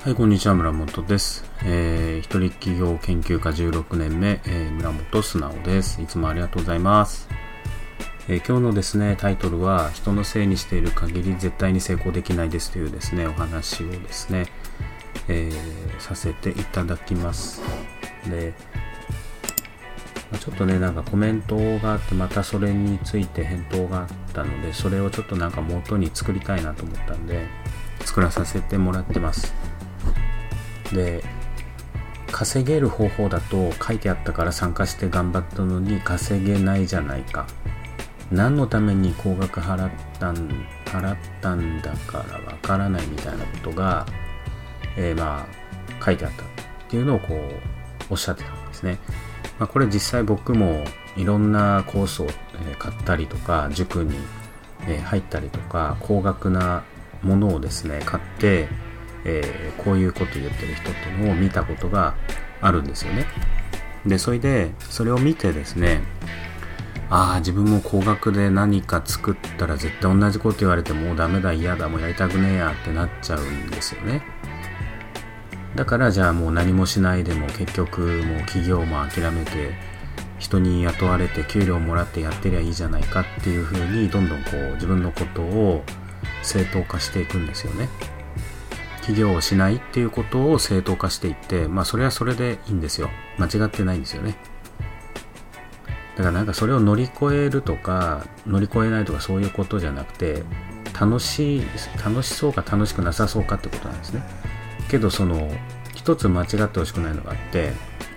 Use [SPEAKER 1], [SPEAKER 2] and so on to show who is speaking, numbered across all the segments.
[SPEAKER 1] はい、こんにちは。村本です。一人企業研究家16年目、村本素直です。いつもありがとうございます。今日のですね、タイトルは人のせいにしている限り絶対に成功できないですというですね、お話をですね、させていただきます。で、ちょっとね、なんかコメントがあって、またそれについて返答があったので、それをちょっとなんか元に作りたいなと思ったんで、作らさせてもらってます。で、稼げる方法だと書いてあったから参加して頑張ったのに稼げないじゃないか。何のために高額払ったんだからわからないみたいなことが、書いてあったっていうのをこうおっしゃってたんですね。これ実際僕もいろんなコースを買ったりとか塾に入ったりとか高額なものをですね買ってこういうこと言ってる人っていうのを見たことがあるんですよね。で、それを見てですね、自分も高額で何か作ったら絶対同じこと言われてもうダメだ、嫌だ、もうやりたくねえやってなっちゃうんですよね。だからじゃあもう何もしないでも結局もう企業も諦めて人に雇われて給料もらってやってりゃいいじゃないかっていう風にどんどんこう自分のことを正当化していくんですよね。起業をしないっていうことを正当化していって、それはそれでいいんですよ。間違ってないんですよね。だからなんかそれを乗り越えるとか乗り越えないとかそういうことじゃなくて、楽しそうか楽しくなさそうかってことなんですね。けどその一つ間違ってほしくないのがあって、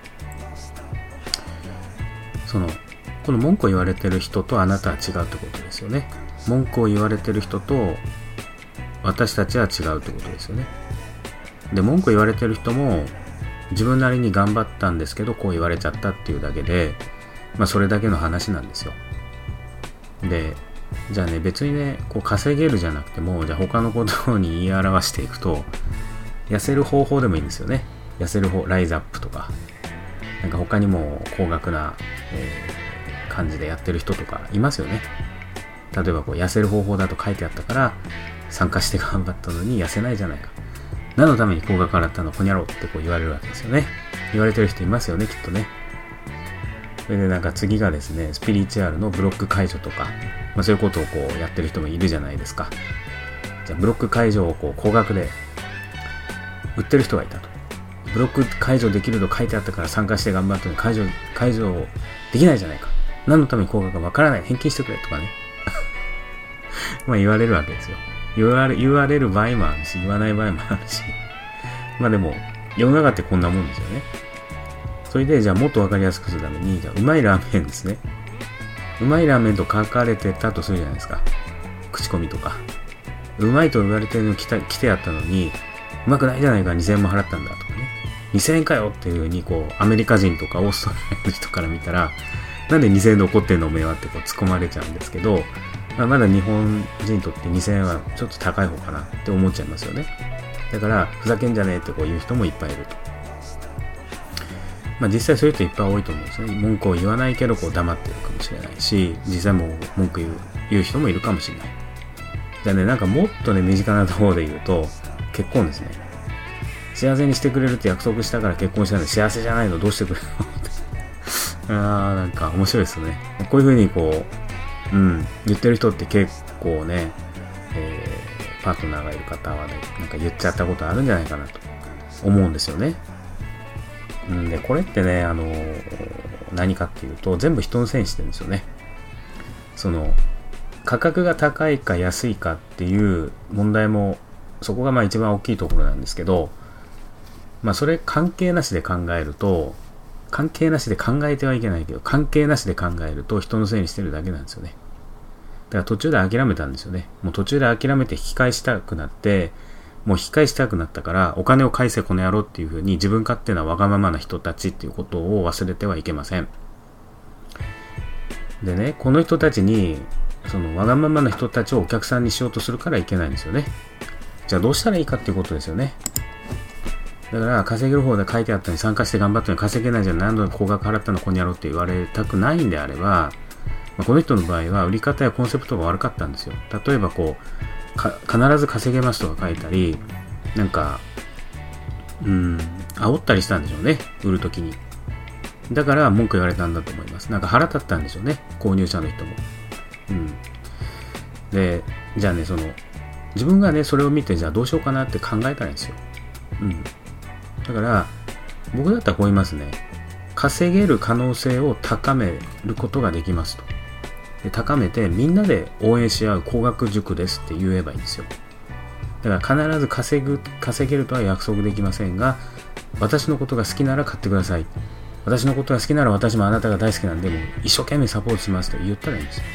[SPEAKER 1] この文句を言われてる人とあなたは違うってことですよね。文句を言われてる人と私たちは違うってことですよね。で、文句言われてる人も自分なりに頑張ったんですけどこう言われちゃったっていうだけで、それだけの話なんですよ。で、じゃあね、別にねこう稼げるじゃなくても、じゃあ他のことに言い表していくと、痩せる方法でもいいんですよね。痩せる方、ライズアップとか、なんか他にも高額な、感じでやってる人とかいますよね。例えばこう痩せる方法だと書いてあったから参加して頑張ったのに痩せないじゃないか。何のために高額払ったのこにゃろうってこう言われるわけですよね。言われてる人いますよね、きっとね。それでなんか次がですね、スピリチュアルのブロック解除とか、そういうことをこうやってる人もいるじゃないですか。じゃあブロック解除をこう高額で売ってる人がいたと。ブロック解除できると書いてあったから参加して頑張ったのに解除できないじゃないか。何のために高額かわからない。返金してくれとかね。言われるわけですよ。言われる場合もあるし、言わない場合もあるし。でも、世の中ってこんなもんですよね。それで、じゃあもっとわかりやすくするために、じゃあうまいラーメンですね。うまいラーメンと書かれてたとするじゃないですか。口コミとか。うまいと言われてるの来てやったのに、うまくないじゃないか、2000円も払ったんだとかね。2000円かよっていう風に、こう、アメリカ人とかオーストラリアの人から見たら、なんで2000円で怒ってんのおめえはってこう突っ込まれちゃうんですけど、まだ日本人にとって2000円はちょっと高い方かなって思っちゃいますよね。だからふざけんじゃねえってこう言う人もいっぱいいると。実際そういう人いっぱい多いと思うんですね。文句を言わないけどこう黙ってるかもしれないし、実際もう文句言う人もいるかもしれない。じゃあね、なんかもっとね身近なところで言うと結婚ですね。幸せにしてくれるって約束したから結婚したので幸せじゃないのどうしてくれるのってなんか面白いですね。こういう風にこう言ってる人って結構ね、パートナーがいる方はね、なんか言っちゃったことあるんじゃないかなと思うんですよね。で、これってね、何かっていうと、全部人のせいにしてるんですよね。価格が高いか安いかっていう問題も、そこが一番大きいところなんですけど、それ関係なしで考えると、関係なしで考えてはいけないけど、関係なしで考えると人のせいにしてるだけなんですよね。だから途中で諦めたんですよね。もう途中で諦めて引き返したくなって、もう引き返したくなったから、お金を返せこの野郎っていう風に自分勝手なわがままな人たちっていうことを忘れてはいけません。でね、この人たちに、そのわがままな人たちをお客さんにしようとするからいけないんですよね。じゃあどうしたらいいかっていうことですよね。だから稼げる方で書いてあったのに参加して頑張ったのに稼げないじゃん、何度高額払ったのこにやろうって言われたくないんであれば、この人の場合は売り方やコンセプトが悪かったんですよ。例えばこう必ず稼げますとか書いたり、なんか煽ったりしたんでしょうね、売るときに。だから文句言われたんだと思います。なんか腹立ったんでしょうね、購入者の人も。で、じゃあね、自分がね、それを見て、じゃあどうしようかなって考えたらいいんですよ。だから、僕だったらこう言いますね。稼げる可能性を高めることができますと。で、高めて、みんなで応援し合う高額塾ですって言えばいいんですよ。だから必ず稼げるとは約束できませんが、私のことが好きなら買ってください。私のことが好きなら私もあなたが大好きなんで、もう一生懸命サポートしますと言ったらいいんですよ。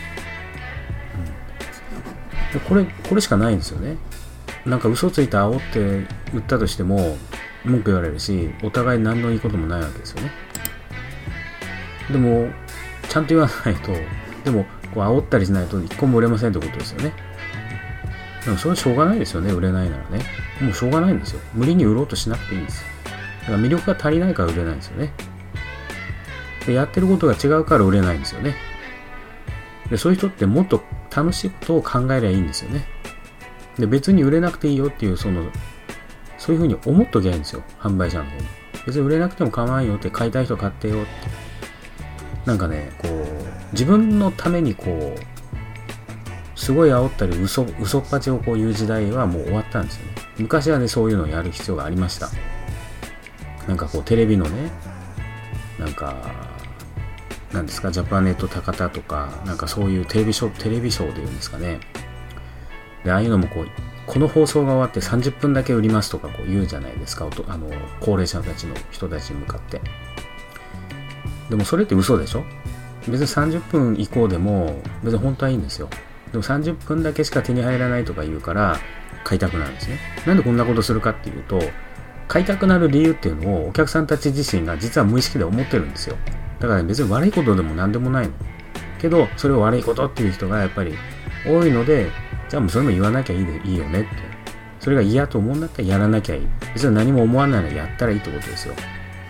[SPEAKER 1] でこれしかないんですよね。なんか嘘ついて煽って売ったとしても文句言われるし、お互い何のいいこともないわけですよね。でもちゃんと言わないと、でもこう煽ったりしないと一個も売れませんってことですよね。でもそれはしょうがないですよね。売れないならね、もうしょうがないんですよ。無理に売ろうとしなくていいんですよ。だから魅力が足りないから売れないんですよね。で、やってることが違うから売れないんですよね。で、そういう人ってもっと楽しいことを考えればいいんですよね。で、別に売れなくていいよっていう、そういうふうに思っときゃいいんですよ、販売者の方に。別に売れなくても構わんよって、買いたい人買ってよって。なんかね、こう自分のためにこうすごい煽ったり嘘っぱちをこう言う時代はもう終わったんですよね。昔はね、そういうのをやる必要がありました。なんかこうテレビのね、なんかなんですか、ジャパネット高田とか、なんかそういうテレビショーで言うんですかね。で、ああいうのもこの放送が終わって30分だけ売りますとかこう言うじゃないですか、高齢者たちの人たちに向かって。でもそれって嘘でしょ。別に30分以降でも別に本当はいいんですよ。でも30分だけしか手に入らないとか言うから買いたくなるんですね。なんでこんなことするかっていうと、買いたくなる理由っていうのをお客さんたち自身が実は無意識で思ってるんですよ。だから、ね、別に悪いことでも何でもないの。けど、それを悪いことっていう人がやっぱり多いので、じゃあもうそれも言わなきゃいいよねって。それが嫌と思うんだったらやらなきゃいい。別に何も思わないのでやったらいいってことですよ。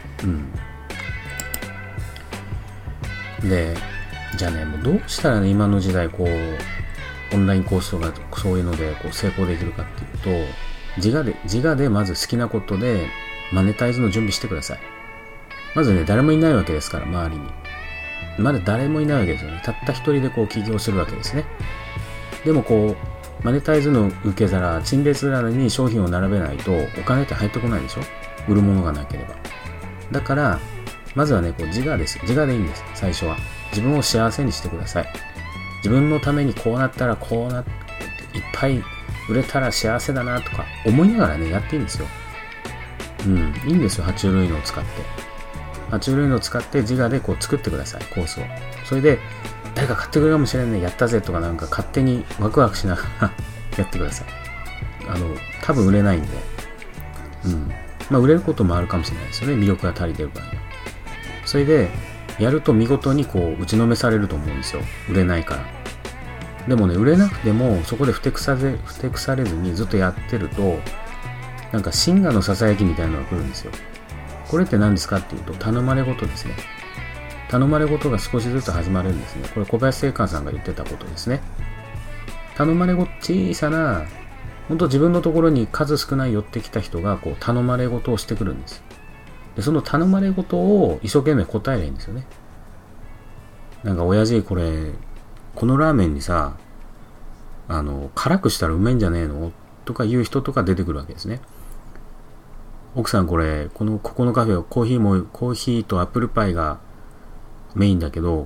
[SPEAKER 1] で、じゃあね、もうどうしたらね、今の時代オンラインコースとかそういうので成功できるかっていうと、自我でまず好きなことでマネタイズの準備してください。まずね、誰もいないわけですから、周りに。まだ誰もいないわけですよね。たった一人で起業するわけですね。でもマネタイズの受け皿、陳列棚に商品を並べないとお金って入ってこないでしょ。売るものがなければ。だから、まずはね、自我です。自我でいいんです。最初は。自分を幸せにしてください。自分のためにこうなったらいっぱい売れたら幸せだなとか思いながらね、やっていいんですよ。いいんですよ。爬虫類のを使って。爬虫類のを使って自我で作ってください、コースを。それで、誰か買ってくれるかもしれないね、やったぜとかなんか勝手にワクワクしながらやってください。多分売れないんで。売れることもあるかもしれないですよね。魅力が足りてる場合は。それで、やると見事に打ちのめされると思うんですよ。売れないから。でもね、売れなくてもそこでふてくされずにずっとやってると、なんか真我のささやきみたいなのが来るんですよ。これって何ですかっていうと、頼まれ事ですね。頼まれ事が少しずつ始まるんですね。これ小林正観さんが言ってたことですね。頼まれ事、小さな、本当自分のところに数少ない寄ってきた人が頼まれ事をしてくるんです。で、その頼まれ事を一生懸命答えればいいんですよね。なんか親父このラーメンにさ、辛くしたらうめえんじゃねえのとかいう人とか出てくるわけですね。奥さんここのカフェはコーヒーとアップルパイがメインだけど、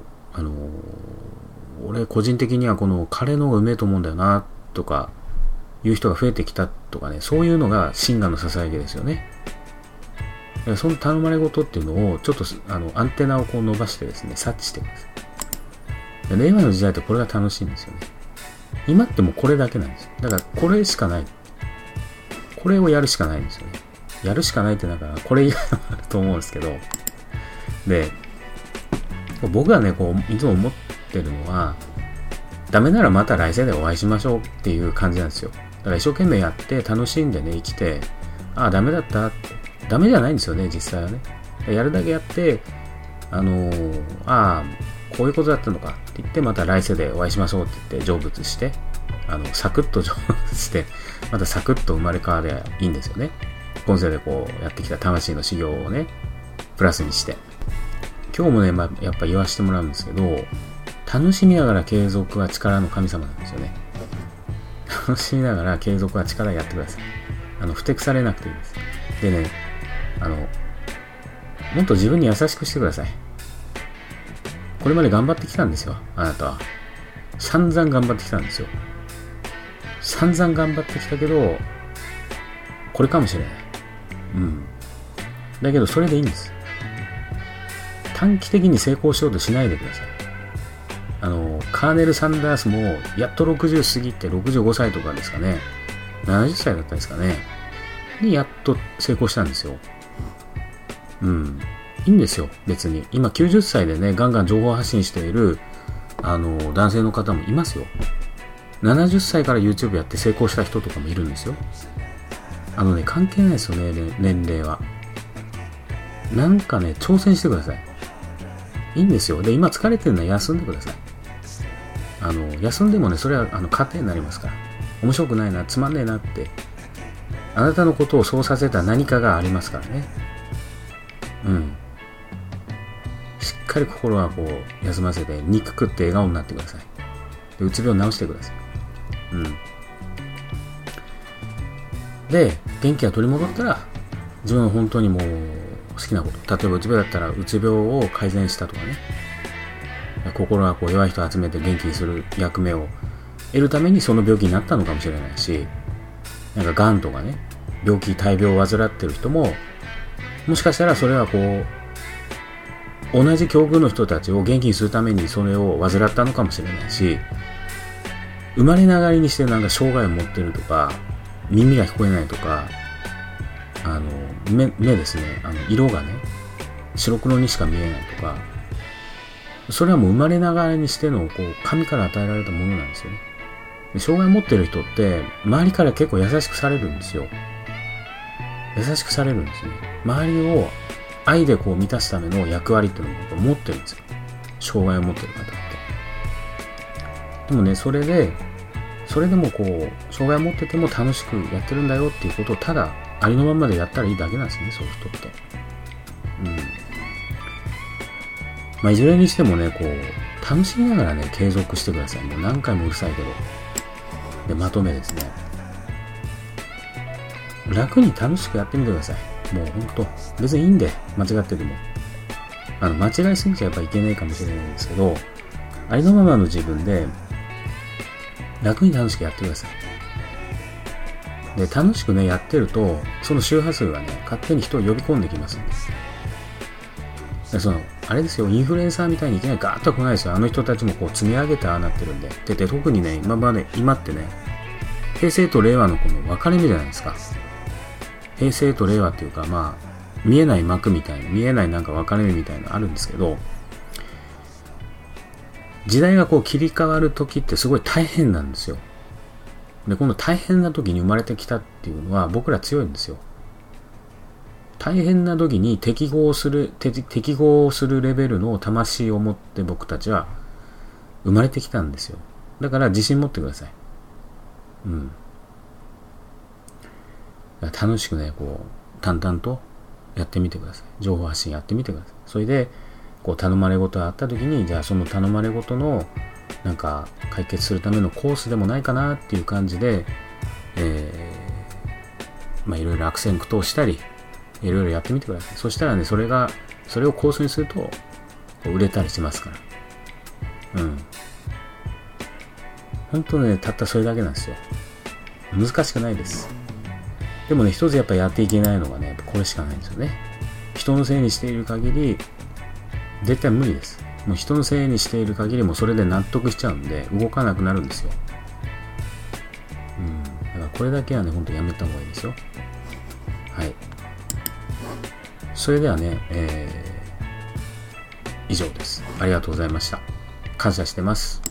[SPEAKER 1] 俺個人的にはこのカレーの方がうめえと思うんだよなとかいう人が増えてきたとかね、そういうのが真我のささやきですよね。その頼まれ事っていうのをちょっとアンテナを伸ばしてですね、察知してください。令和の時代ってこれが楽しいんですよね。今ってもうこれだけなんですよ。だからこれしかない。これをやるしかないんですよね。やるしかないってだからこれ以外もあると思うんですけど、で、僕がねいつも思ってるのは、ダメならまた来世でお会いしましょうっていう感じなんですよ。だから一生懸命やって楽しんでね、生きて、ダメだったって、ダメじゃないんですよね、実際はね。やるだけやって、こういうことだったのかって言って、また来世でお会いしましょうって言って成仏して、サクッと成仏して、またサクッと生まれ変わればいいんですよね。 今世でこうやってきた魂の修行をね、プラスにして。今日もね、やっぱ言わせてもらうんですけど、楽しみながら継続は力の神様なんですよね。楽しみながら継続は力やってください。ふてくされなくていいです。でね、もっと自分に優しくしてください。これまで頑張ってきたんですよ、あなたは。散々頑張ってきたんですよ。散々頑張ってきたけど、これかもしれない。だけどそれでいいんです。短期的に成功しようとしないでください。カーネル・サンダースもやっと60過ぎて65歳とかですかね、70歳だったんですかねにやっと成功したんですよ。いいんですよ、別に。今90歳でね、ガンガン情報発信している男性の方もいますよ。70歳から YouTube やって成功した人とかもいるんですよ。関係ないですよね、年齢は。なんかね、挑戦してください。いいんですよ。で、今疲れてるのは休んでください。休んでもね、それは糧になりますから。面白くないな、つまんねえなって、あなたのことをそうさせた何かがありますからね。しっかり心はこう休ませて、肉食って笑顔になってください。で、うつ病を治してください。で、元気が取り戻ったら、自分は本当にもう好きなこと。例えばうつ病だったら、うつ病を改善したとかね。心がこう弱い人を集めて元気にする役目を得るためにその病気になったのかもしれないし、なんか癌とかね、大病を患ってる人も、もしかしたらそれはこう、同じ境遇の人たちを元気にするためにそれを患ったのかもしれないし、生まれながらにしてなんか障害を持ってるとか、耳が聞こえないとか、目ですね、色がね、白黒にしか見えないとか、それはもう生まれながらにしてのこう神から与えられたものなんですよね。で、障害を持ってる人って周りから結構優しくされるんですよ。優しくされるんですね。周りを愛でこう満たすための役割っていうのを持ってるんですよ。障害を持ってる方って。でもね、それでもこう障害を持ってても楽しくやってるんだよっていうことをただありのままでやったらいいだけなんですね、そういう人って。いずれにしてもね、こう楽しみながらね、継続してください。もう何回もうるさいけど。で、まとめですね。楽に楽しくやってみてください。もうほんと別にいいんで、間違ってても。間違いすぎちゃやっぱいけないかもしれないんですけど、ありのままの自分で楽に楽しくやってください。で、楽しくね、やってると、その周波数がね、勝手に人を呼び込んできますんです。あれですよ、インフルエンサーみたいにいきなりガーッと来ないですよ。あの人たちもこう積み上げてああなってるんで。で、特にね、今ってね、平成と令和のこの分かれ目じゃないですか。平成と令和っていうか、見えない幕みたいな、見えないなんか分かれ目みたいなのあるんですけど、時代がこう切り替わる時ってすごい大変なんですよ。で、この大変な時に生まれてきたっていうのは僕ら強いんですよ。大変な時に適合するレベルの魂を持って僕たちは生まれてきたんですよ。だから自信持ってください。楽しくね、こう淡々とやってみてください。情報発信やってみてください。それでこう頼まれ事があった時に、じゃあその頼まれ事のなんか解決するためのコースでもないかなっていう感じで、いろいろ悪戦苦闘したりいろいろやってみてください。そしたらね、それをコースにするとこう売れたりしますから。本当ね、たったそれだけなんですよ。難しくないです。でもね、一つやっぱやっていけないのがね、やっぱこれしかないんですよね。人のせいにしている限り絶対無理です。もう人のせいにしている限りもそれで納得しちゃうんで動かなくなるんですよ。だからこれだけはね、本当やめた方がいいですよ。はい。それではね、以上です。ありがとうございました。感謝してます。